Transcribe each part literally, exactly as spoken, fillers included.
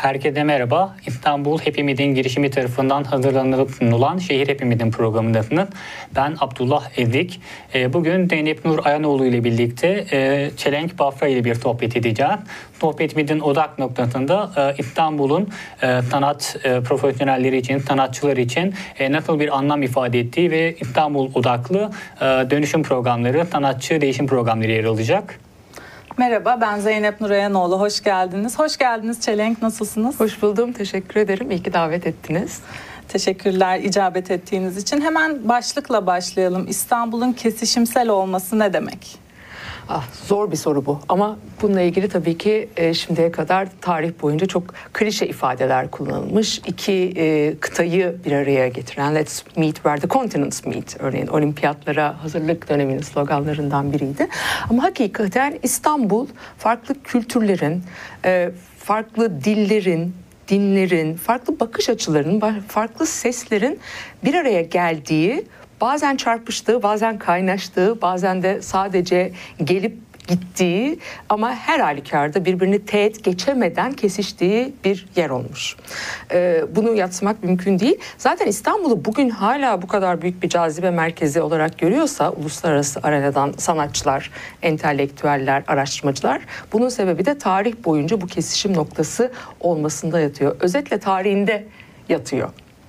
Herkese merhaba. İstanbul Happy Meet'in girişimi tarafından hazırlanıp sunulan Şehir Happy Meet'in programındasınız. Ben Abdullah Ezik. Bugün Zeynep Nur Ayanoğlu ile birlikte Çelenk Bafra ile bir sohbet edeceğiz. Sohbetimizin odak noktasında İstanbul'un sanat profesyonelleri için, sanatçılar için nasıl bir anlam ifade ettiği ve İstanbul odaklı dönüşüm programları, sanatçı değişim programları yer alacak. Merhaba, ben Zeynep Nur Ayanoğlu. Hoş geldiniz. Hoş geldiniz Çelenk. Nasılsınız? Hoş buldum. Teşekkür ederim. İyi ki davet ettiniz. Teşekkürler icabet ettiğiniz için. Hemen başlıkla başlayalım. İstanbul'un kesişimsel olması ne demek? Ah, zor bir soru bu ama bununla ilgili tabii ki e, şimdiye kadar tarih boyunca çok klişe ifadeler kullanılmış. İki e, kıtayı bir araya getiren "Let's meet where the continents meet" örneğin olimpiyatlara hazırlık döneminin sloganlarından biriydi. Ama hakikaten İstanbul farklı kültürlerin, e, farklı dillerin, dinlerin, farklı bakış açılarının, farklı seslerin bir araya geldiği, bazen çarpıştığı, bazen kaynaştığı, bazen de sadece gelip gittiği ama her halükarda birbirini teğet geçemeden kesiştiği bir yer olmuş. Ee, bunu yadsımak mümkün değil. Zaten İstanbul'u bugün hala bu kadar büyük bir cazibe merkezi olarak görüyorsa uluslararası arenadan sanatçılar, entelektüeller, araştırmacılar, bunun sebebi de tarih boyunca bu kesişim noktası olmasında yatıyor. Özetle tarihinde yatıyor.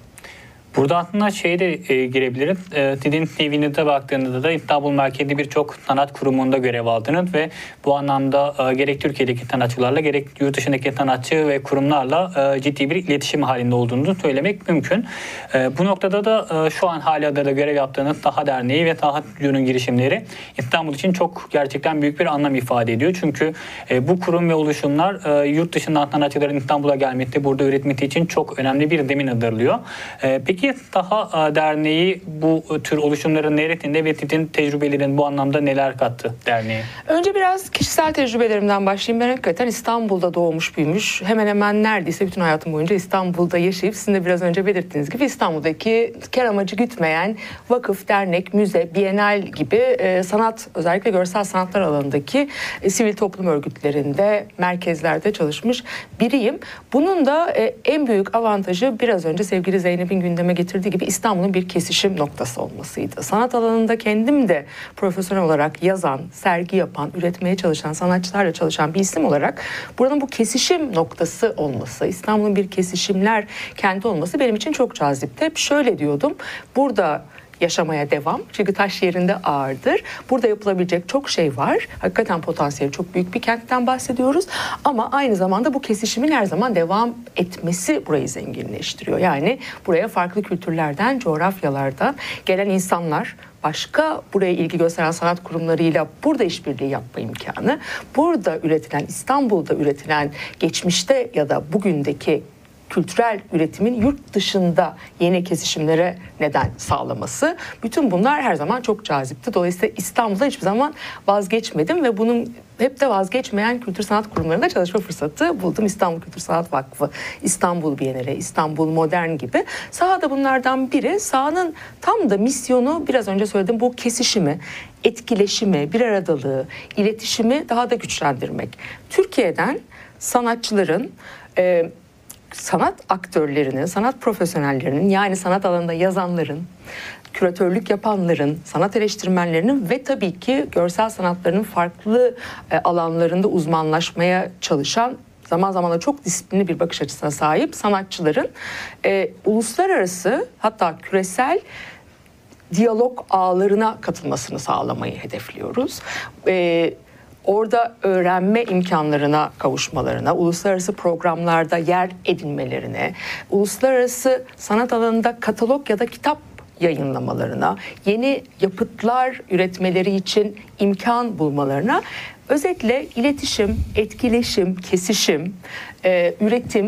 Burada aslında şeye de e, girebiliriz. E, sizin C V'nize baktığınızda da İstanbul merkezli birçok sanat kurumunda görev aldınız ve bu anlamda e, gerek Türkiye'deki sanatçılarla gerek yurt dışındaki sanatçı ve kurumlarla e, ciddi bir iletişim halinde olduğunuzu söylemek mümkün. E, bu noktada da e, şu an halihazırda görev yaptığınız Saha Derneği ve Saha Stüdyo'nun girişimleri İstanbul için çok gerçekten büyük bir anlam ifade ediyor. Çünkü e, bu kurum ve oluşumlar e, yurt dışından sanatçıların İstanbul'a gelmesi, burada üretmesi için çok önemli bir zemin hazırlıyor. E, peki Saha Derneği bu tür oluşumların neresinde ve sizin tecrübelerin bu anlamda neler kattı derneğe? Önce biraz kişisel tecrübelerimden başlayayım. Ben hakikaten İstanbul'da doğmuş büyümüş. Hemen hemen neredeyse bütün hayatım boyunca İstanbul'da yaşayıp sizin de biraz önce belirttiğiniz gibi İstanbul'daki kar amacı gütmeyen vakıf, dernek, müze, bienal gibi e, sanat, özellikle görsel sanatlar alanındaki e, sivil toplum örgütlerinde, merkezlerde çalışmış biriyim. Bunun da e, en büyük avantajı biraz önce sevgili Zeynep'in gündeme getirdiği gibi İstanbul'un bir kesişim noktası olmasıydı. Sanat alanında kendim de profesyonel olarak yazan, sergi yapan, üretmeye çalışan, sanatçılarla çalışan bir isim olarak buranın bu kesişim noktası olması, İstanbul'un bir kesişimler kenti olması benim için çok cazipti. Hep şöyle diyordum, burada yaşamaya devam. Çünkü taş yerinde ağırdır. Burada yapılabilecek çok şey var. Hakikaten potansiyeli çok büyük bir kentten bahsediyoruz. Ama aynı zamanda bu kesişimin her zaman devam etmesi burayı zenginleştiriyor. Yani buraya farklı kültürlerden, coğrafyalardan gelen insanlar, başka buraya ilgi gösteren sanat kurumlarıyla burada işbirliği yapma imkanı, burada üretilen, İstanbul'da üretilen geçmişte ya da bugündeki kültürel üretimin yurt dışında yeni kesişimlere neden sağlaması. Bütün bunlar her zaman çok cazipti. Dolayısıyla İstanbul'da hiçbir zaman vazgeçmedim ve bunun hep de vazgeçmeyen kültür sanat kurumlarında çalışma fırsatı buldum. İstanbul Kültür Sanat Vakfı, İstanbul Bienali, İstanbul Modern gibi. Saha da bunlardan biri. Sahanın tam da misyonu biraz önce söylediğim bu kesişimi, etkileşimi, bir aradalığı, iletişimi daha da güçlendirmek. Türkiye'den sanatçıların, e, sanat aktörlerinin, sanat profesyonellerinin, yani sanat alanında yazanların, küratörlük yapanların, sanat eleştirmenlerinin ve tabii ki görsel sanatlarının farklı e, alanlarında uzmanlaşmaya çalışan, zaman zaman da çok disiplinli bir bakış açısına sahip sanatçıların e, uluslararası, hatta küresel diyalog ağlarına katılmasını sağlamayı hedefliyoruz. E, Orada öğrenme imkanlarına kavuşmalarına, uluslararası programlarda yer edinmelerine, uluslararası sanat alanında katalog ya da kitap yayınlamalarına, yeni yapıtlar üretmeleri için imkan bulmalarına, özetle iletişim, etkileşim, kesişim, e, üretim,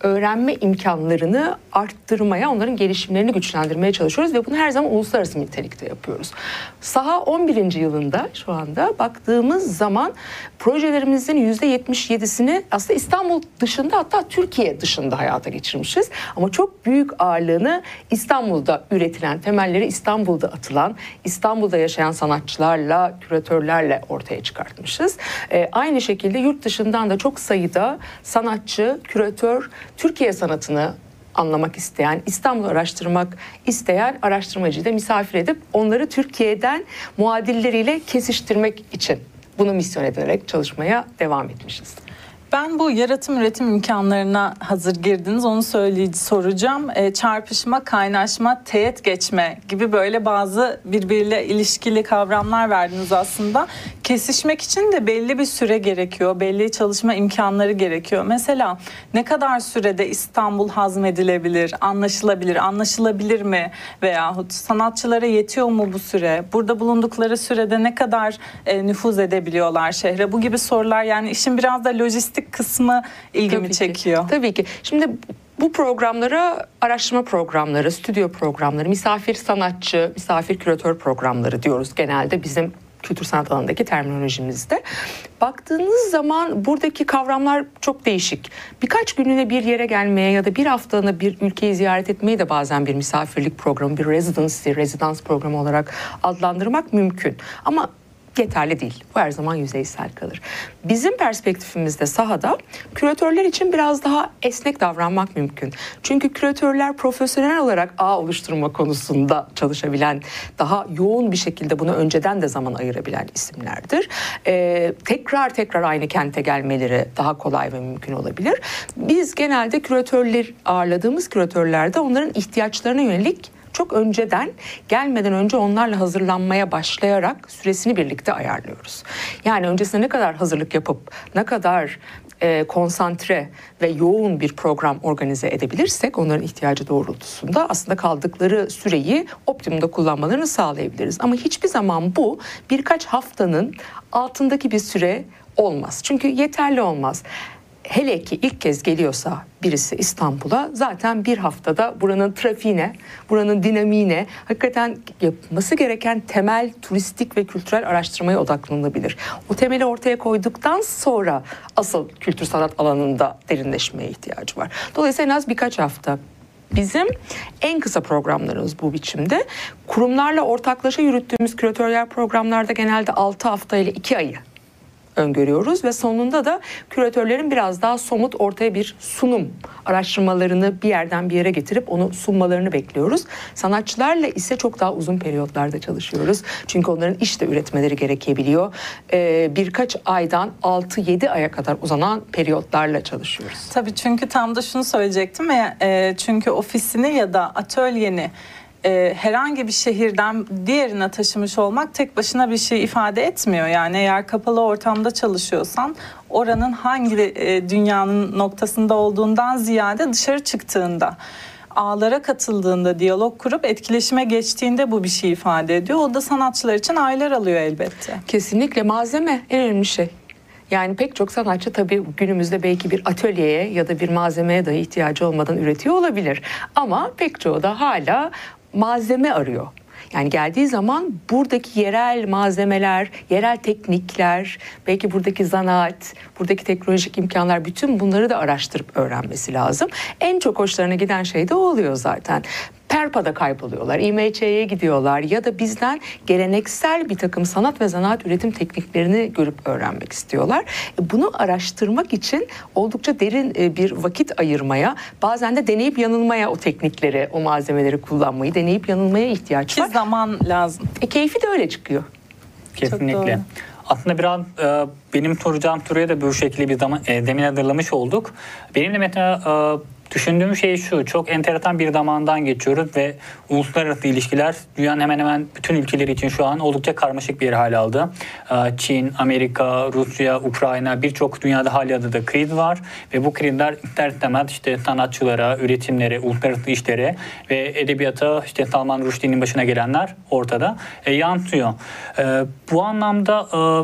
öğrenme imkanlarını arttırmaya, onların gelişimlerini güçlendirmeye çalışıyoruz ve bunu her zaman uluslararası nitelikte yapıyoruz. Saha on birinci yılında şu anda baktığımız zaman projelerimizin yüzde yetmiş yedisini aslında İstanbul dışında, hatta Türkiye dışında hayata geçirmişiz. Ama çok büyük ağırlığını İstanbul'da üretilen, temelleri İstanbul'da atılan, İstanbul'da yaşayan sanatçılarla, küratörlerle ortaya çıkartmışız. Ee, aynı şekilde yurt dışından da çok sayıda sanatçı, küratör, Türkiye sanatını anlamak isteyen, İstanbul'u araştırmak isteyen araştırmacıyı da misafir edip onları Türkiye'den muadilleriyle kesiştirmek için bunu misyon edinerek çalışmaya devam etmişiz. Ben bu yaratım üretim imkanlarına hazır girdiniz, onu söyleyici soracağım. E, çarpışma, kaynaşma, teğet geçme gibi böyle bazı birbiriyle ilişkili kavramlar verdiniz aslında. Kesişmek için de belli bir süre gerekiyor, belli çalışma imkanları gerekiyor. Mesela ne kadar sürede İstanbul hazmedilebilir, anlaşılabilir, anlaşılabilir mi veyahut sanatçılara yetiyor mu bu süre? Burada bulundukları sürede ne kadar e, nüfuz edebiliyorlar şehre? Bu gibi sorular, yani işin biraz da lojistik kısmı ilgimi Tabii çekiyor. Ki, tabii ki. Şimdi bu programlara araştırma programları, stüdyo programları, misafir sanatçı, misafir küratör programları diyoruz genelde bizim kültür sanat alanındaki terminolojimizde. Baktığınız zaman buradaki kavramlar çok değişik. Birkaç günlüğüne bir yere gelmeye ya da bir haftalığına bir ülkeyi ziyaret etmeyi de bazen bir misafirlik programı, bir residency, rezidans programı olarak adlandırmak mümkün. Ama yeterli değil. Bu her zaman yüzeysel kalır. Bizim perspektifimizde sahada küratörler için biraz daha esnek davranmak mümkün. Çünkü küratörler profesyonel olarak ağ oluşturma konusunda çalışabilen, daha yoğun bir şekilde buna önceden de zaman ayırabilen isimlerdir. Ee, tekrar tekrar aynı kente gelmeleri daha kolay ve mümkün olabilir. Biz genelde küratörler ağırladığımız küratörlerde onların ihtiyaçlarına yönelik çok önceden, gelmeden önce onlarla hazırlanmaya başlayarak süresini birlikte ayarlıyoruz. Yani öncesinde ne kadar hazırlık yapıp, ne kadar e, konsantre ve yoğun bir program organize edebilirsek onların ihtiyacı doğrultusunda aslında kaldıkları süreyi optimumda kullanmalarını sağlayabiliriz. Ama hiçbir zaman bu birkaç haftanın altındaki bir süre olmaz. Çünkü yeterli olmaz. Hele ki ilk kez geliyorsa birisi İstanbul'a, zaten bir haftada buranın trafiğine, buranın dinamiğine, hakikaten yapması gereken temel turistik ve kültürel araştırmaya odaklanılabilir. O temeli ortaya koyduktan sonra asıl kültür sanat alanında derinleşmeye ihtiyacı var. Dolayısıyla en az birkaç hafta. Bizim en kısa programlarımız bu biçimde. Kurumlarla ortaklaşa yürüttüğümüz küratörler programlarda genelde altı hafta ile iki ayı öngörüyoruz ve sonunda da küratörlerin biraz daha somut ortaya bir sunum araştırmalarını bir yerden bir yere getirip onu sunmalarını bekliyoruz. Sanatçılarla ise çok daha uzun periyotlarda çalışıyoruz. Çünkü onların iş de üretmeleri gerekebiliyor. Ee, birkaç aydan altı yedi aya kadar uzanan periyotlarla çalışıyoruz. Tabii, çünkü tam da şunu söyleyecektim. E, e, çünkü ofisini ya da atölyeni e, herhangi bir şehirden diğerine taşımış olmak tek başına bir şey ifade etmiyor. Yani eğer kapalı ortamda çalışıyorsan oranın hangi e, dünyanın noktasında olduğundan ziyade dışarı çıktığında, ağlara katıldığında, diyalog kurup etkileşime geçtiğinde bu bir şey ifade ediyor. O da sanatçılar için aylar alıyor elbette. Kesinlikle malzeme en önemli şey. Yani pek çok sanatçı tabii günümüzde belki bir atölyeye ya da bir malzemeye dahi ihtiyacı olmadan üretiyor olabilir. Ama pek çoğu da hala malzeme arıyor. Yani geldiği zaman buradaki yerel malzemeler, yerel teknikler, belki buradaki zanaat, buradaki teknolojik imkanlar, bütün bunları da araştırıp öğrenmesi lazım. En çok hoşlarına giden şey de o oluyor zaten. Perpa'da kayboluyorlar, İ M Ç'ye gidiyorlar ya da bizden geleneksel bir takım sanat ve zanaat üretim tekniklerini görüp öğrenmek istiyorlar. Bunu araştırmak için oldukça derin bir vakit ayırmaya, bazen de deneyip yanılmaya, o teknikleri, o malzemeleri kullanmayı, deneyip yanılmaya ihtiyaç var. Ki zaman lazım. E, keyfi de öyle çıkıyor. Kesinlikle. Aslında biraz e, benim soracağım soruya da bu şekilde bir zaman e, demin hazırlamış olduk. Benim de mesela e, düşündüğüm şey şu: çok enteresan bir zamandan geçiyoruz ve uluslararası ilişkiler dünyanın hemen hemen bütün ülkeleri için şu an oldukça karmaşık bir hal aldı. Çin, Amerika, Rusya, Ukrayna, birçok dünyada halihazırda kriz var ve bu krizler ister istemez işte sanatçılara, üretimlere, uluslararası işlere ve edebiyata, işte Salman Rushdie'nin başına gelenler ortada e, yansıyor. E, bu anlamda e,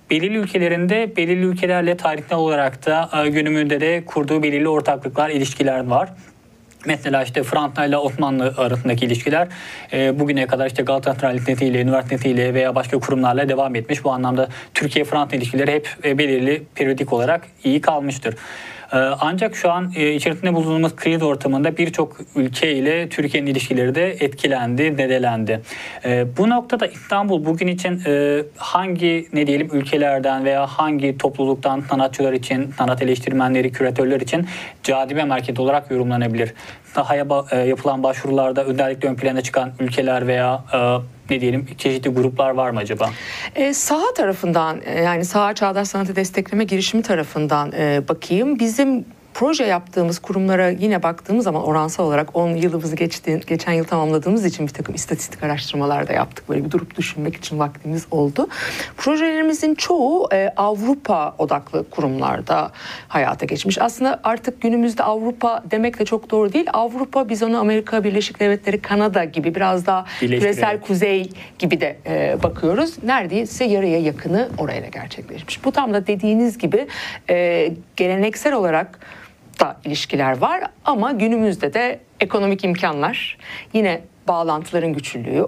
belirli ülkelerinde belirli ülkelerle tarihsel olarak da e, günümüzde de kurduğu belirli ortaklıklar, ilişkiler var. Mesela işte Fransa ile Osmanlı arasındaki ilişkiler e, bugüne kadar işte Galatasaray Lisesi ile, üniversitesi ile veya başka kurumlarla devam etmiş. Bu anlamda Türkiye-Fransa ilişkileri hep e, belirli periyodik olarak iyi kalmıştır. E, ancak şu an e, içerisinde bulunduğumuz kriz ortamında birçok ülke ile Türkiye'nin ilişkileri de etkilendi, nedelendi. E, bu noktada İstanbul bugün için e, hangi ne diyelim ülkelerden veya hangi topluluktan sanatçılar için, sanat eleştirmenleri, küratörler için cazibe merkezi olarak yorumlanabilir? Sahaya e, yapılan başvurularda özellikle ön plana çıkan ülkeler veya e, ne diyelim çeşitli gruplar var mı acaba? E, saha tarafından e, yani Saha Çağdaş Sanatı Destekleme Girişimi tarafından e, bakayım. Bizim proje yaptığımız kurumlara yine baktığımız zaman oransal olarak on yılımızı geçti, geçen yıl tamamladığımız için bir takım istatistik araştırmalar da yaptık. Böyle bir durup düşünmek için vaktimiz oldu. Projelerimizin çoğu e, Avrupa odaklı kurumlarda hayata geçmiş. Aslında artık günümüzde Avrupa demek de çok doğru değil. Avrupa, biz onu Amerika Birleşik Devletleri, Kanada gibi biraz daha küresel kuzey gibi de e, bakıyoruz. Neredeyse yarıya yakını orayla gerçekleşmiş. Bu tam da dediğiniz gibi e, geleneksel olarak da ilişkiler var ama günümüzde de ekonomik imkanlar, yine bağlantıların güçlülüğü,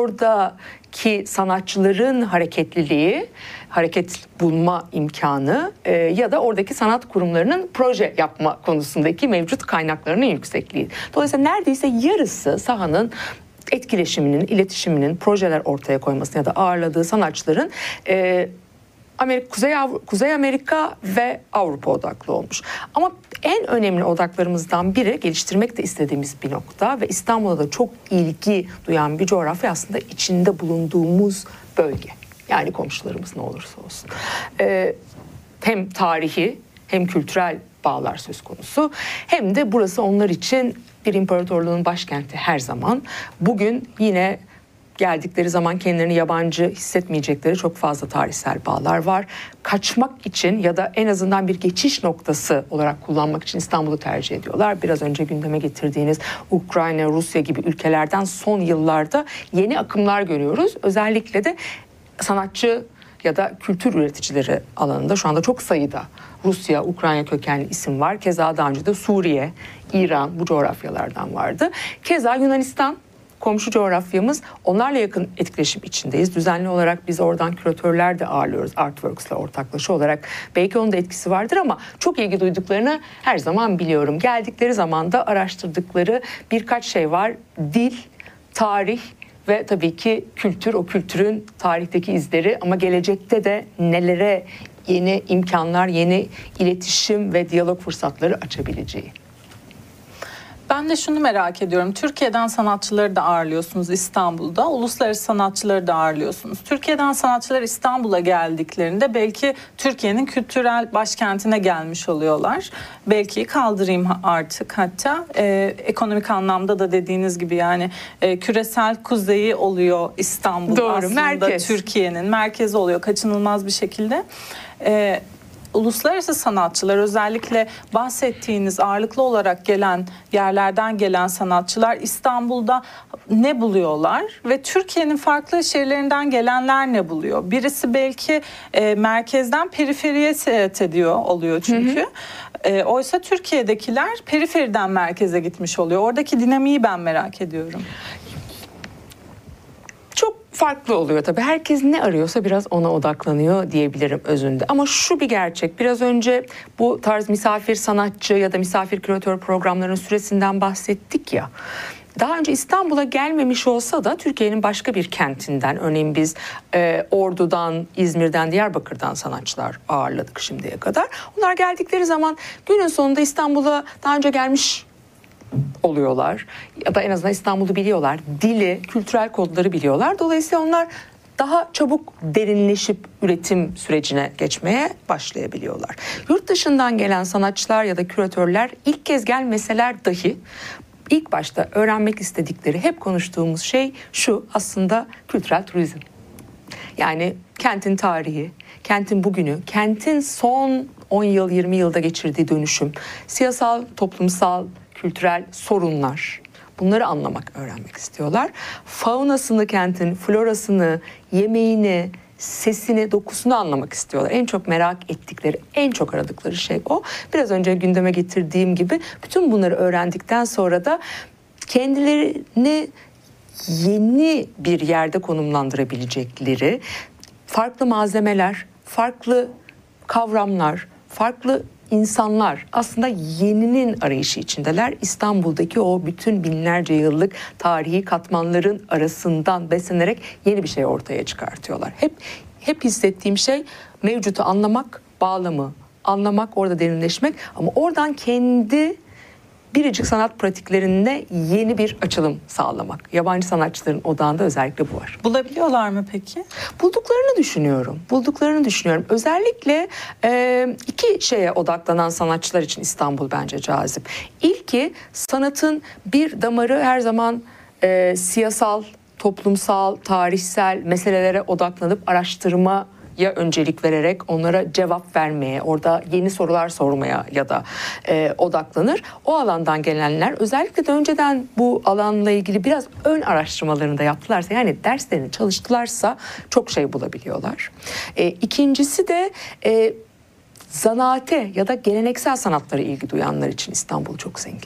oradaki sanatçıların hareketliliği, hareket bulma imkanı e, ya da oradaki sanat kurumlarının proje yapma konusundaki mevcut kaynaklarının yüksekliği. Dolayısıyla neredeyse yarısı sahanın etkileşiminin, iletişiminin, projeler ortaya koymasını ya da ağırladığı sanatçıların e, Amerika, Kuzey, Kuzey Amerika ve Avrupa odaklı olmuş. Ama en önemli odaklarımızdan biri, geliştirmek de istediğimiz bir nokta ve İstanbul'da da çok ilgi duyan bir coğrafya aslında içinde bulunduğumuz bölge. Yani komşularımız ne olursa olsun. Ee, hem tarihi hem kültürel bağlar söz konusu, hem de burası onlar için bir imparatorluğun başkenti her zaman. Bugün yine geldikleri zaman kendilerini yabancı hissetmeyecekleri çok fazla tarihsel bağlar var. Kaçmak için ya da en azından bir geçiş noktası olarak kullanmak için İstanbul'u tercih ediyorlar. Biraz önce gündeme getirdiğiniz Ukrayna, Rusya gibi ülkelerden son yıllarda yeni akımlar görüyoruz. Özellikle de sanatçı ya da kültür üreticileri alanında şu anda çok sayıda Rusya, Ukrayna kökenli isim var. Keza daha önce de Suriye, İran bu coğrafyalardan vardı. Keza Yunanistan, komşu coğrafyamız, onlarla yakın etkileşim içindeyiz. Düzenli olarak biz oradan küratörler de ağırlıyoruz Artworks'la ortaklaşa olarak. Belki onun da etkisi vardır ama çok ilgi duyduklarını her zaman biliyorum. Geldikleri zaman da araştırdıkları birkaç şey var. Dil, tarih ve tabii ki kültür, o kültürün tarihteki izleri ama gelecekte de nelere yeni imkanlar, yeni iletişim ve diyalog fırsatları açabileceği. Ben de şunu merak ediyorum. Türkiye'den sanatçıları da ağırlıyorsunuz İstanbul'da. Uluslararası sanatçıları da ağırlıyorsunuz. Türkiye'den sanatçılar İstanbul'a geldiklerinde belki Türkiye'nin kültürel başkentine gelmiş oluyorlar. Belki kaldırayım artık hatta. Ee, ekonomik anlamda da dediğiniz gibi yani e, küresel kuzeyi oluyor İstanbul. Doğru, aslında merkez. Türkiye'nin merkezi oluyor kaçınılmaz bir şekilde. Ee, Uluslararası sanatçılar, özellikle bahsettiğiniz ağırlıklı olarak gelen yerlerden gelen sanatçılar İstanbul'da ne buluyorlar ve Türkiye'nin farklı şehirlerinden gelenler ne buluyor? Birisi belki e, merkezden periferiye seyahat ediyor oluyor çünkü. Hı hı. E, oysa Türkiye'dekiler periferiden merkeze gitmiş oluyor. Oradaki dinamiği ben merak ediyorum. Çok farklı oluyor tabii. Herkes ne arıyorsa biraz ona odaklanıyor diyebilirim özünde. Ama şu bir gerçek. Biraz önce bu tarz misafir sanatçı ya da misafir küratör programlarının süresinden bahsettik ya. Daha önce İstanbul'a gelmemiş olsa da Türkiye'nin başka bir kentinden, örneğin biz e, Ordu'dan, İzmir'den, Diyarbakır'dan sanatçılar ağırladık şimdiye kadar. Onlar geldikleri zaman günün sonunda İstanbul'a daha önce gelmiş oluyorlar ya da en azından İstanbul'u biliyorlar. Dili, kültürel kodları biliyorlar. Dolayısıyla onlar daha çabuk derinleşip üretim sürecine geçmeye başlayabiliyorlar. Yurt dışından gelen sanatçılar ya da küratörler ilk kez gelmeseler dahi ilk başta öğrenmek istedikleri, hep konuştuğumuz şey şu: aslında kültürel turizm. Yani kentin tarihi, kentin bugünü, kentin son on yıl, yirmi yılda geçirdiği dönüşüm, siyasal, toplumsal, kültürel sorunlar. Bunları anlamak, öğrenmek istiyorlar. Faunasını, kentin florasını, yemeğini, sesini, dokusunu anlamak istiyorlar. En çok merak ettikleri, en çok aradıkları şey o. Biraz önce gündeme getirdiğim gibi bütün bunları öğrendikten sonra da kendilerini yeni bir yerde konumlandırabilecekleri farklı malzemeler, farklı kavramlar, farklı insanlar, aslında yeninin arayışı içindeler. İstanbul'daki o bütün binlerce yıllık tarihi katmanların arasından beslenerek yeni bir şey ortaya çıkartıyorlar. Hep hep hissettiğim şey mevcutu anlamak, bağlamı anlamak, orada derinleşmek, ama oradan kendi biricik sanat pratiklerinde yeni bir açılım sağlamak. Yabancı sanatçıların odağında özellikle bu var. Bulabiliyorlar mı peki? Bulduklarını düşünüyorum. Bulduklarını düşünüyorum. Özellikle e, iki şeye odaklanan sanatçılar için İstanbul bence cazip. İlki, sanatın bir damarı her zaman e, siyasal, toplumsal, tarihsel meselelere odaklanıp araştırma ya öncelik vererek onlara cevap vermeye, orada yeni sorular sormaya ya da e, odaklanır. O alandan gelenler özellikle de önceden bu alanla ilgili biraz ön araştırmalarını da yaptılarsa, yani derslerini çalıştılarsa çok şey bulabiliyorlar. E, ikincisi de e, zanaate ya da geleneksel sanatlara ilgi duyanlar için İstanbul çok zengin.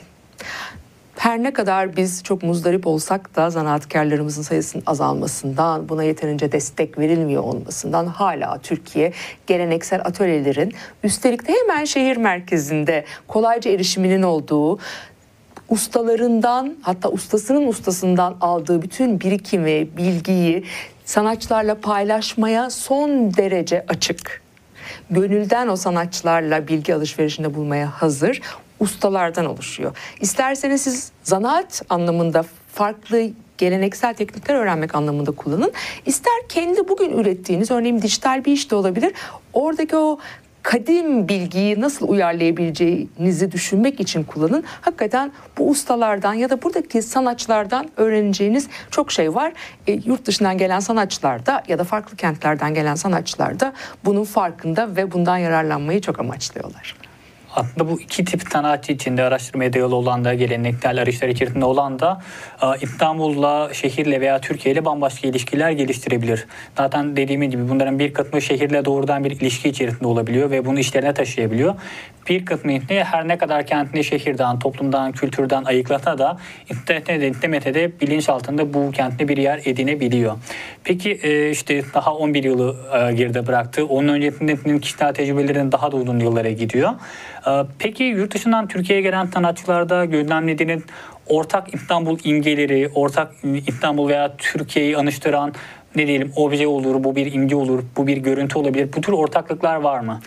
Her ne kadar biz çok muzdarip olsak da zanaatkarlarımızın sayısının azalmasından, buna yeterince destek verilmiyor olmasından hala Türkiye geleneksel atölyelerin, üstelik de hemen şehir merkezinde kolayca erişiminin olduğu, ustalarından, hatta ustasının ustasından aldığı bütün birikimi, bilgiyi sanatçılarla paylaşmaya son derece açık. Gönülden o sanatçılarla bilgi alışverişinde bulmaya hazır ustalardan oluşuyor. İsterseniz siz zanaat anlamında farklı geleneksel teknikler öğrenmek anlamında kullanın. İster kendi bugün ürettiğiniz, örneğin dijital bir iş de olabilir, oradaki o kadim bilgiyi nasıl uyarlayabileceğinizi düşünmek için kullanın. Hakikaten bu ustalardan ya da buradaki sanatçılardan öğreneceğiniz çok şey var. E, yurt dışından gelen sanatçılar da ya da farklı kentlerden gelen sanatçılar da bunun farkında ve bundan yararlanmayı çok amaçlıyorlar. Aslında bu iki tip sanatçı içinde, araştırmaya dayalı olan da, geleneksel arayışlar içerisinde olan da İstanbul'la, şehirle veya Türkiye ile bambaşka ilişkiler geliştirebilir. Zaten dediğim gibi bunların bir kısmı şehirle doğrudan bir ilişki içerisinde olabiliyor ve bunu işlerine taşıyabiliyor. Bir kısmı her ne kadar kendini şehirden, toplumdan, kültürden ayıklasa da internette de, internette de bilinç altında bu kentine bir yer edinebiliyor. Peki işte daha on bir yılı geride bıraktı. Onun öncesinde kişisel tecrübelerinin daha da uzun yıllara gidiyor. Peki yurt dışından Türkiye'ye gelen sanatçılarda gözlemlediğiniz ortak İstanbul imgeleri, ortak İstanbul veya Türkiye'yi anıştıran ne diyelim obje olur, bu bir imge olur, bu bir görüntü olabilir. Bu tür ortaklıklar var mı?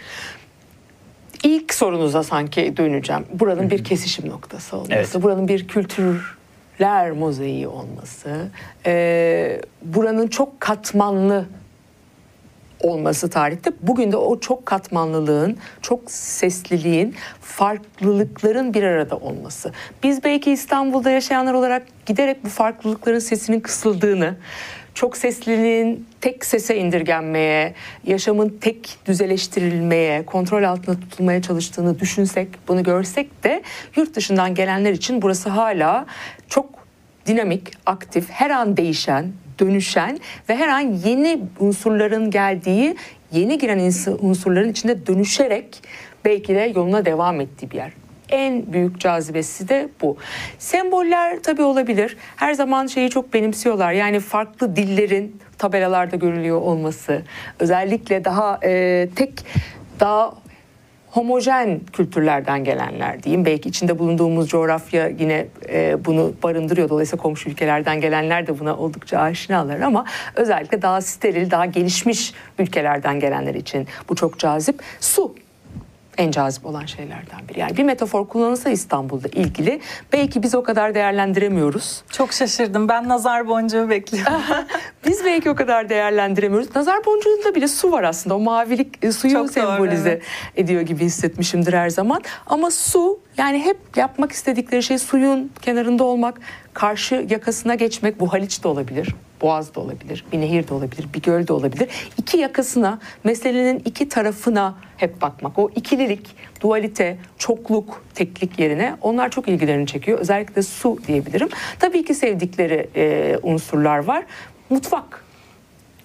İlk sorunuza sanki döneceğim. Buranın bir kesişim noktası olması, evet. Buranın bir kültürler mozaiği olması, e, buranın çok katmanlı olması tarihte. Bugün de o çok katmanlılığın, çok sesliliğin, farklılıkların bir arada olması. Biz belki İstanbul'da yaşayanlar olarak giderek bu farklılıkların sesinin kısıldığını, çok sesliliğin tek sese indirgenmeye, yaşamın tek düzeleştirilmeye, kontrol altında tutulmaya çalıştığını düşünsek, bunu görsek de yurt dışından gelenler için burası hala çok dinamik, aktif, her an değişen, dönüşen ve her an yeni unsurların geldiği, yeni giren unsurların içinde dönüşerek belki de yoluna devam ettiği bir yer. En büyük cazibesi de bu. Semboller tabii olabilir. Her zaman şeyi çok benimsiyorlar. Yani farklı dillerin tabelalarda görülüyor olması. Özellikle daha e, tek, daha homojen kültürlerden gelenler diyeyim. Belki içinde bulunduğumuz coğrafya yine e, bunu barındırıyor. Dolayısıyla komşu ülkelerden gelenler de buna oldukça aşinalar, ama özellikle daha steril, daha gelişmiş ülkelerden gelenler için bu çok cazip. Su en cazip olan şeylerden biri. Yani bir metafor kullanılsa İstanbul'da ilgili, belki biz o kadar değerlendiremiyoruz. Çok şaşırdım. Ben nazar boncuğu bekliyorum. Biz belki o kadar değerlendiremiyoruz. Nazar boncuğunda bile su var aslında. O mavilik e, suyu Çok sembolize doğru, evet. ediyor gibi hissetmişimdir her zaman. Ama su, yani hep yapmak istedikleri şey suyun kenarında olmak, karşı yakasına geçmek. Bu Haliç de olabilir, Boğaz da olabilir, bir nehir de olabilir, bir göl de olabilir. İki yakasına, meselenin iki tarafına hep bakmak. O ikililik, dualite, çokluk, teklik yerine onlar çok ilgilerini çekiyor. Özellikle su diyebilirim. Tabii ki sevdikleri e, unsurlar var. Mutfak.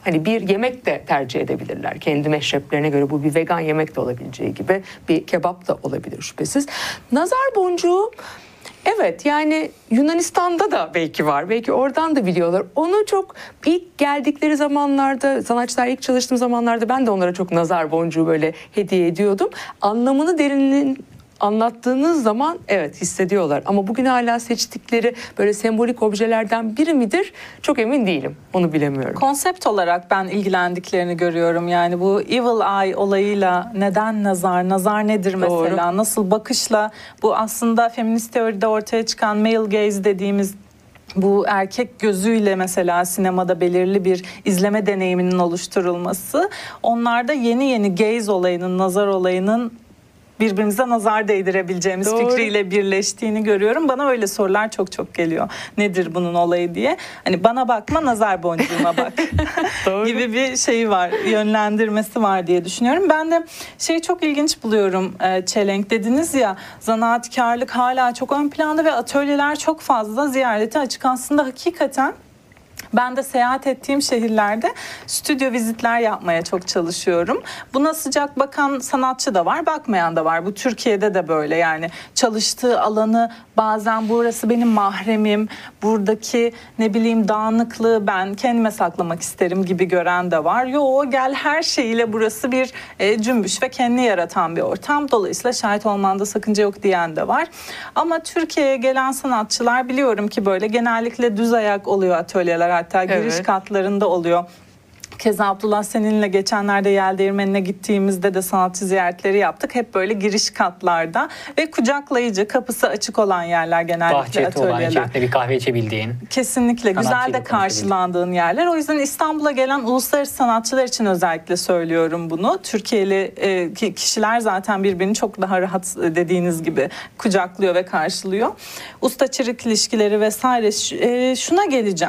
Hani bir yemek de tercih edebilirler. Kendi meşreplerine göre bu bir vegan yemek de olabileceği gibi bir kebap da olabilir şüphesiz. Nazar boncuğu, evet, yani Yunanistan'da da belki var. Belki oradan da biliyorlar. Onu çok ilk geldikleri zamanlarda, sanatçılar ilk çalıştığım zamanlarda ben de onlara çok nazar boncuğu böyle hediye ediyordum. Anlamını derinliğin anlattığınız zaman evet hissediyorlar. Ama bugün hala seçtikleri böyle sembolik objelerden biri midir? Çok emin değilim. Onu bilemiyorum. Konsept olarak ben ilgilendiklerini görüyorum. Yani bu evil eye olayıyla neden nazar, nazar nedir mesela? Doğru. Nasıl bakışla bu aslında feminist teoride ortaya çıkan male gaze dediğimiz bu erkek gözüyle mesela sinemada belirli bir izleme deneyiminin oluşturulması. Onlarda yeni yeni gaze olayının, nazar olayının birbirimize nazar değdirebileceğimiz Doğru. fikriyle birleştiğini görüyorum. Bana öyle sorular çok çok geliyor. Nedir bunun olayı diye. Hani bana bakma, nazar boncuğuma bak gibi bir şeyi var, yönlendirmesi var diye düşünüyorum. Ben de şeyi çok ilginç buluyorum. E, çelenk dediniz ya, zanaatkarlık hala çok ön planda ve atölyeler çok fazla ziyarete açık. Aslında hakikaten ben de seyahat ettiğim şehirlerde stüdyo vizitler yapmaya çok çalışıyorum. Buna sıcak bakan sanatçı da var, bakmayan da var. Bu Türkiye'de de böyle, yani çalıştığı alanı bazen burası benim mahremim, buradaki ne bileyim dağınıklığı ben kendime saklamak isterim gibi gören de var. Yo, gel her şeyiyle burası bir e, cümbüş ve kendini yaratan bir ortam. Dolayısıyla şahit olmanda sakınca yok diyen de var. Ama Türkiye'ye gelen sanatçılar biliyorum ki böyle genellikle düz ayak oluyor atölyeler. Hatta giriş Evet. katlarında oluyor. Keza Abdullah seninle geçenlerde Yeldeğirmeni'ne gittiğimizde de sanatçı ziyaretleri yaptık. Hep böyle giriş katlarda ve kucaklayıcı, kapısı açık olan yerler genellikle Bahçesi olan, atölyeler. içerisinde bir kahve içebildiğin. Kesinlikle güzel de Sanatçıyla karşılandığın yerler. O yüzden İstanbul'a gelen uluslararası sanatçılar için özellikle söylüyorum bunu. Türkiye'li e, ki- kişiler zaten birbirini çok daha rahat, e, dediğiniz gibi kucaklıyor ve karşılıyor. Usta çırak ilişkileri vesaire. Ş- e, şuna geleceğim.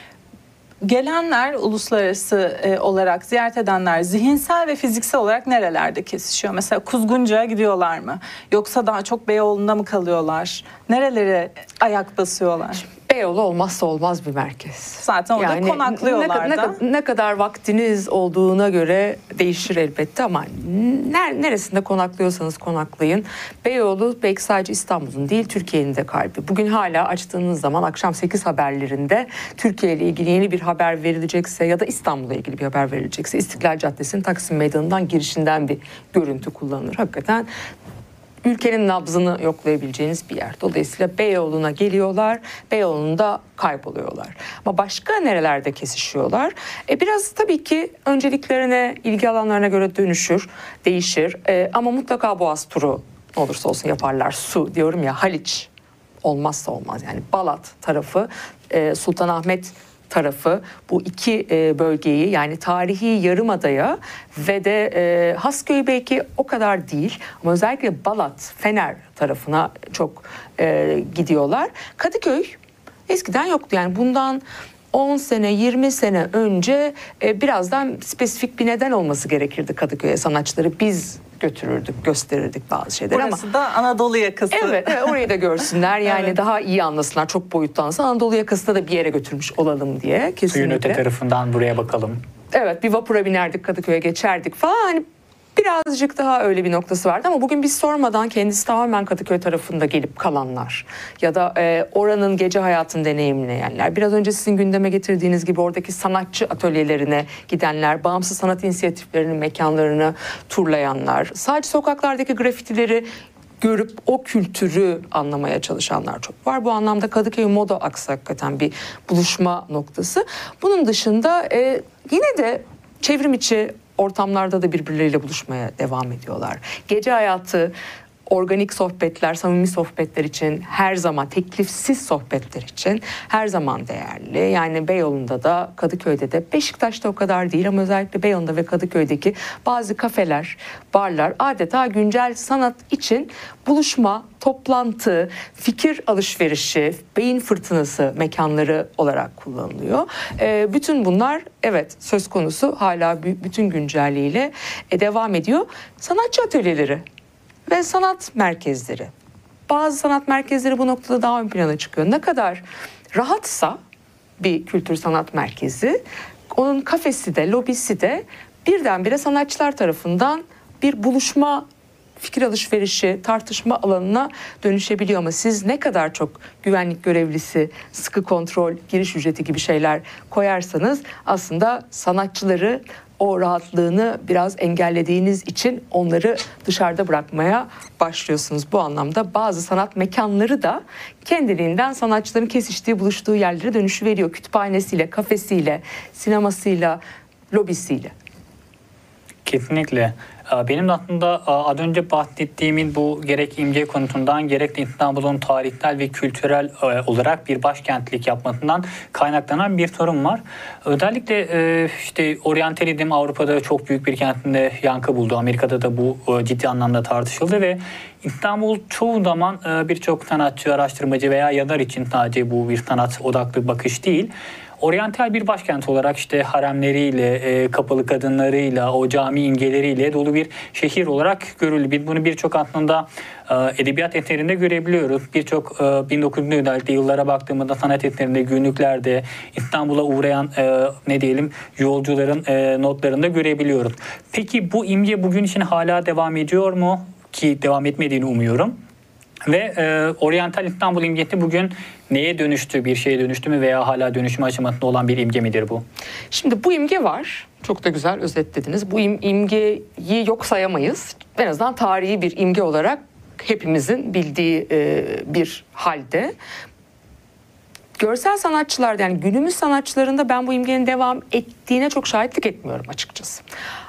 Gelenler, uluslararası e, olarak ziyaret edenler zihinsel ve fiziksel olarak nerelerde kesişiyor? Mesela Kuzguncu'ya gidiyorlar mı? Yoksa daha çok Beyoğlu'nda mı kalıyorlar? Nerelere ayak basıyorlar? Beyoğlu olmazsa olmaz bir merkez. Zaten orada Yani konaklıyorlar ne, da. ne, ne kadar vaktiniz olduğuna göre değişir elbette ama ner, neresinde konaklıyorsanız konaklayın. Beyoğlu belki sadece İstanbul'un değil, Türkiye'nin de kalbi. Bugün hala açtığınız zaman akşam sekiz haberlerinde Türkiye ile ilgili yeni bir haber verilecekse ya da İstanbul'la ilgili bir haber verilecekse İstiklal Caddesi'nin Taksim Meydanı'ndan girişinden bir görüntü kullanılır. Hakikaten ülkenin nabzını yoklayabileceğiniz bir yer. Dolayısıyla Beyoğlu'na geliyorlar, Beyoğlu'nda kayboluyorlar. Ama başka nerelerde kesişiyorlar? E biraz tabii ki önceliklerine, ilgi alanlarına göre dönüşür, değişir. E, ama mutlaka Boğaz turu ne olursa olsun yaparlar. Su diyorum ya, Haliç olmazsa olmaz. Yani Balat tarafı, e, Sultanahmet tarafı, bu iki e, bölgeyi, yani tarihi Yarımada'ya ve de e, Hasköy belki o kadar değil ama özellikle Balat, Fener tarafına çok e, gidiyorlar. Kadıköy eskiden yoktu, yani bundan on sene yirmi sene önce e, birazdan spesifik bir neden olması gerekirdi Kadıköy'e sanatçıları biz götürürdük, gösterirdik bazı şeyleri ama Burası da Anadolu yakası. evet, evet, orayı da görsünler, yani Evet. daha iyi anlasınlar, çok boyutlu anlasınlar. Anadolu yakasında da bir yere götürmüş olalım diye Suyun kesinlikle. öte tarafından buraya bakalım. Evet, bir vapura binerdik, Kadıköy'e geçerdik falan, hani birazcık daha öyle bir noktası vardı ama bugün biz sormadan kendisi tamamen Kadıköy tarafında gelip kalanlar ya da e, oranın gece hayatını deneyimleyenler, biraz önce sizin gündeme getirdiğiniz gibi oradaki sanatçı atölyelerine gidenler, bağımsız sanat inisiyatiflerinin mekanlarını turlayanlar, sadece sokaklardaki grafitileri görüp o kültürü anlamaya çalışanlar çok var. Bu anlamda Kadıköy Moda Aksı hakikaten bir buluşma noktası. Bunun dışında e, yine de çevrim içi ortamlarda da birbirleriyle buluşmaya devam ediyorlar. Gece hayatı, organik sohbetler, samimi sohbetler için her zaman, teklifsiz sohbetler için her zaman değerli. Yani Beyoğlu'nda da, Kadıköy'de de, Beşiktaş'ta o kadar değil ama özellikle Beyoğlu'nda ve Kadıköy'deki bazı kafeler, barlar adeta güncel sanat için buluşma, toplantı, fikir alışverişi, beyin fırtınası mekanları olarak kullanılıyor. E, bütün bunlar evet söz konusu, hala bütün güncelliğiyle e, devam ediyor. Sanatçı atölyeleri ve sanat merkezleri. Bazı sanat merkezleri bu noktada daha ön plana çıkıyor. Ne kadar rahatsa bir kültür sanat merkezi, onun kafesi de, lobisi de birdenbire sanatçılar tarafından bir buluşma, fikir alışverişi, tartışma alanına dönüşebiliyor. Ama siz ne kadar çok güvenlik görevlisi, sıkı kontrol, giriş ücreti gibi şeyler koyarsanız aslında sanatçıları o rahatlığını biraz engellediğiniz için onları dışarıda bırakmaya başlıyorsunuz. Bu anlamda bazı sanat mekanları da kendiliğinden sanatçıların kesiştiği, buluştuğu yerlere dönüşüveriyor. Kütüphanesiyle, kafesiyle, sinemasıyla, lobisiyle. Kesinlikle. Benim de aslında az önce bahsettiğimin bu gerek imge konusundan gerek de İstanbul'un tarihsel ve kültürel olarak bir başkentlik yapmasından kaynaklanan bir sorun var. Özellikle işte oryantalizm Avrupa'da çok büyük bir kentinde yankı buldu. Amerika'da da bu ciddi anlamda tartışıldı ve İstanbul çoğu zaman birçok sanatçı, araştırmacı veya yazar için sadece bu bir sanat odaklı bakış değil. Oryantal bir başkent olarak işte haremleriyle, e, kapalı kadınlarıyla, o cami imgeleriyle dolu bir şehir olarak görüldü. Biz bunu birçok aslında e, edebiyat eserinde görebiliyoruz. Birçok e, bin dokuz yüzlü yıllara baktığımızda sanat eserinde, günlüklerde İstanbul'a uğrayan e, ne diyelim yolcuların e, notlarında görebiliyoruz. Peki bu imge bugün için hala devam ediyor mu? Ki devam etmediğini umuyorum. Ve e, Oryantal İstanbul imgesi bugün neye dönüştü, bir şeye dönüştü mü veya hala dönüşüm aşamasında olan bir imge midir bu? Şimdi bu imge var. Çok da güzel özetlediniz. Bu im- imgeyi yok sayamayız. En azından tarihi bir imge olarak hepimizin bildiği e, bir halde. Görsel sanatçılarda, yani günümüz sanatçılarında ben bu imgenin devam ettiğine çok şahitlik etmiyorum açıkçası.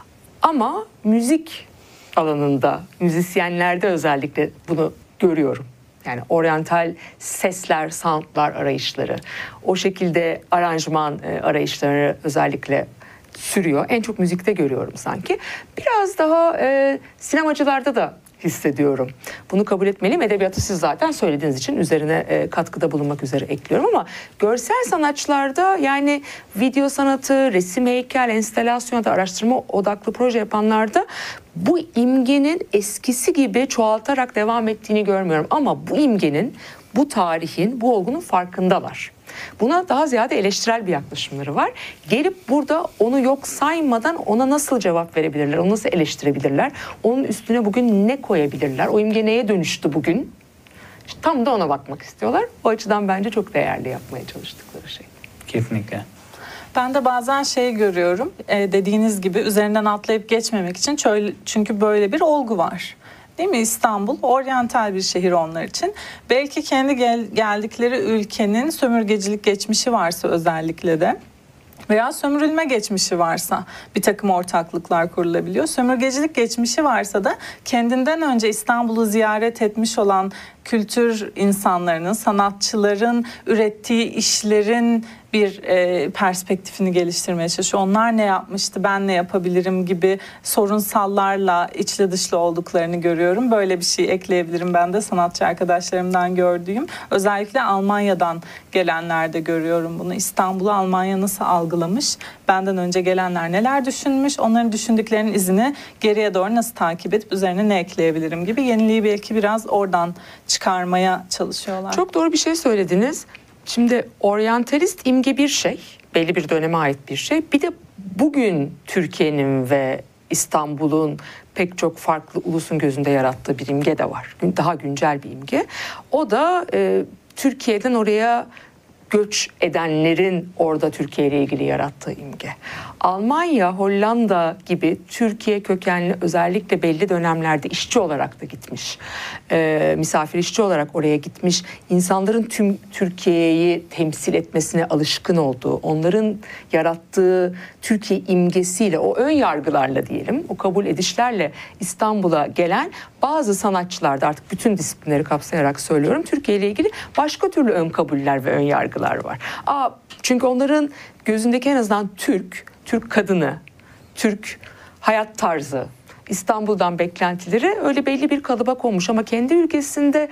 Ama müzik alanında, müzisyenlerde özellikle bunu görüyorum. Yani oryantal sesler, soundlar arayışları, o şekilde aranjman e, arayışları özellikle sürüyor. En çok müzikte görüyorum sanki. Biraz daha e, sinemacılarda da hissediyorum. Bunu kabul etmeliyim. Edebiyatı siz zaten söylediğiniz için üzerine e, katkıda bulunmak üzere ekliyorum ama görsel sanatçılarda, yani video sanatı, resim, heykel, enstalasyon da araştırma odaklı proje yapanlarda bu imgenin eskisi gibi çoğaltarak devam ettiğini görmüyorum. Ama bu imgenin, bu tarihin, bu olgunun farkındalar. Buna daha ziyade eleştirel bir yaklaşımları var. Gelip burada onu yok saymadan ona nasıl cevap verebilirler, onu nasıl eleştirebilirler, onun üstüne bugün ne koyabilirler, o imge neye dönüştü bugün? İşte tam da ona bakmak istiyorlar. O açıdan bence çok değerli yapmaya çalıştıkları şey. Kesinlikle. Ben de bazen şey görüyorum, e, dediğiniz gibi üzerinden atlayıp geçmemek için, çünkü böyle bir olgu var. Değil mi? İstanbul oryantal bir şehir onlar için. Belki kendi gel- geldikleri ülkenin sömürgecilik geçmişi varsa özellikle de veya sömürülme geçmişi varsa bir takım ortaklıklar kurulabiliyor. Sömürgecilik geçmişi varsa da kendinden önce İstanbul'u ziyaret etmiş olan kültür insanlarının, sanatçıların ürettiği işlerin bir e, perspektifini geliştirmeye çalışıyor. Onlar ne yapmıştı, ben ne yapabilirim gibi sorunsallarla içli dışlı olduklarını görüyorum. Böyle bir şey ekleyebilirim ben de sanatçı arkadaşlarımdan gördüğüm. Özellikle Almanya'dan gelenlerde görüyorum bunu. İstanbul'u Almanya nasıl algılamış, benden önce gelenler neler düşünmüş, onların düşündüklerinin izini geriye doğru nasıl takip edip üzerine ne ekleyebilirim gibi yeniliği belki biraz oradan çıkarmaya çalışıyorlar. Çok doğru bir şey söylediniz. Şimdi oryantalist imge bir şey, belli bir döneme ait bir şey. Bir de bugün Türkiye'nin ve İstanbul'un pek çok farklı ulusun gözünde yarattığı bir imge de var. Daha güncel bir imge. O da e, Türkiye'den oraya göç edenlerin orada Türkiye ile ilgili yarattığı imge. Almanya, Hollanda gibi Türkiye kökenli, özellikle belli dönemlerde işçi olarak da gitmiş, e, misafir işçi olarak oraya gitmiş insanların tüm Türkiye'yi temsil etmesine alışkın olduğu, onların yarattığı Türkiye imgesiyle, o ön yargılarla diyelim, o kabul edişlerle İstanbul'a gelen bazı sanatçılarda, artık bütün disiplinleri kapsayarak söylüyorum, Türkiye ile ilgili başka türlü ön kabuller ve ön yargılar var. Aa, çünkü onların gözündeki en azından Türk, Türk kadını, Türk hayat tarzı, İstanbul'dan beklentileri öyle belli bir kalıba konmuş ama kendi ülkesinde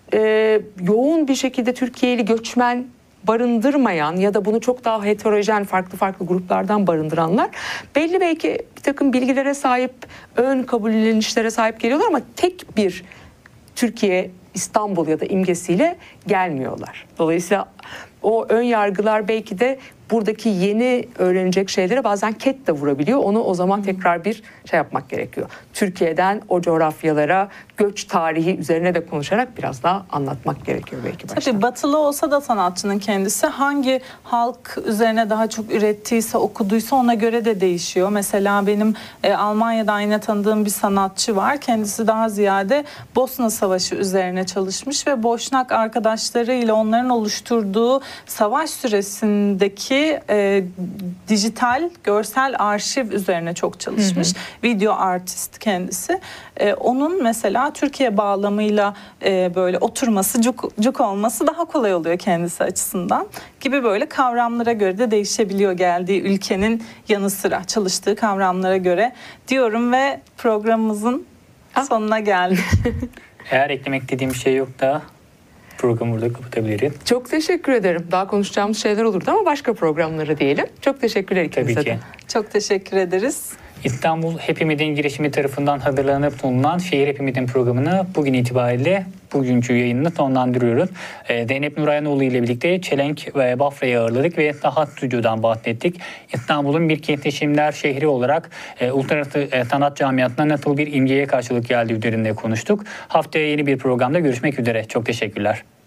e, yoğun bir şekilde Türkiye'li göçmen barındırmayan ya da bunu çok daha heterojen, farklı farklı gruplardan barındıranlar belli belki bir takım bilgilere sahip, ön kabullenişlere sahip geliyorlar ama tek bir Türkiye, İstanbul ya da imgesiyle gelmiyorlar. Dolayısıyla o ön yargılar belki de buradaki yeni öğrenecek şeylere bazen ket de vurabiliyor. Onu o zaman tekrar bir şey yapmak gerekiyor. Türkiye'den o coğrafyalara göç tarihi üzerine de konuşarak biraz daha anlatmak gerekiyor belki başta. Tabii batılı olsa da sanatçının kendisi hangi halk üzerine daha çok ürettiyse, okuduysa ona göre de değişiyor. Mesela benim e, Almanya'da yine tanıdığım bir sanatçı var. Kendisi daha ziyade Bosna Savaşı üzerine çalışmış ve Boşnak arkadaşlarıyla onların oluşturduğu savaş süresindeki e, dijital görsel arşiv üzerine çok çalışmış. Hı hı. Video artist kendisi. E, onun mesela Türkiye bağlamıyla e, böyle oturması, cuk, cuk olması daha kolay oluyor kendisi açısından gibi böyle kavramlara göre de değişebiliyor geldiği ülkenin yanı sıra çalıştığı kavramlara göre diyorum ve programımızın ah. sonuna geldik. Eğer eklemek dediğim bir şey yok da programı burada kapatabiliriz. Çok teşekkür ederim. Daha konuşacağımız şeyler olurdu ama başka programları diyelim. Çok teşekkürler ikinize Tabii de. ki. Çok teşekkür ederiz. İstanbul Hepimizin girişimi tarafından hazırlanıp sunulan Şehir Hepimizin programını bugün itibariyle bugünkü yayınını sonlandırıyoruz. E, Zeynep Nurayanoğlu ile birlikte Çelenk ve Bafra'yı ağırladık ve daha stüdyodan bahsettik. İstanbul'un bir kentleşimler şehri olarak e, uluslararası e, sanat camiasına nasıl bir imgeye karşılık geldiği üzerinde konuştuk. Haftaya yeni bir programda görüşmek üzere. Çok teşekkürler.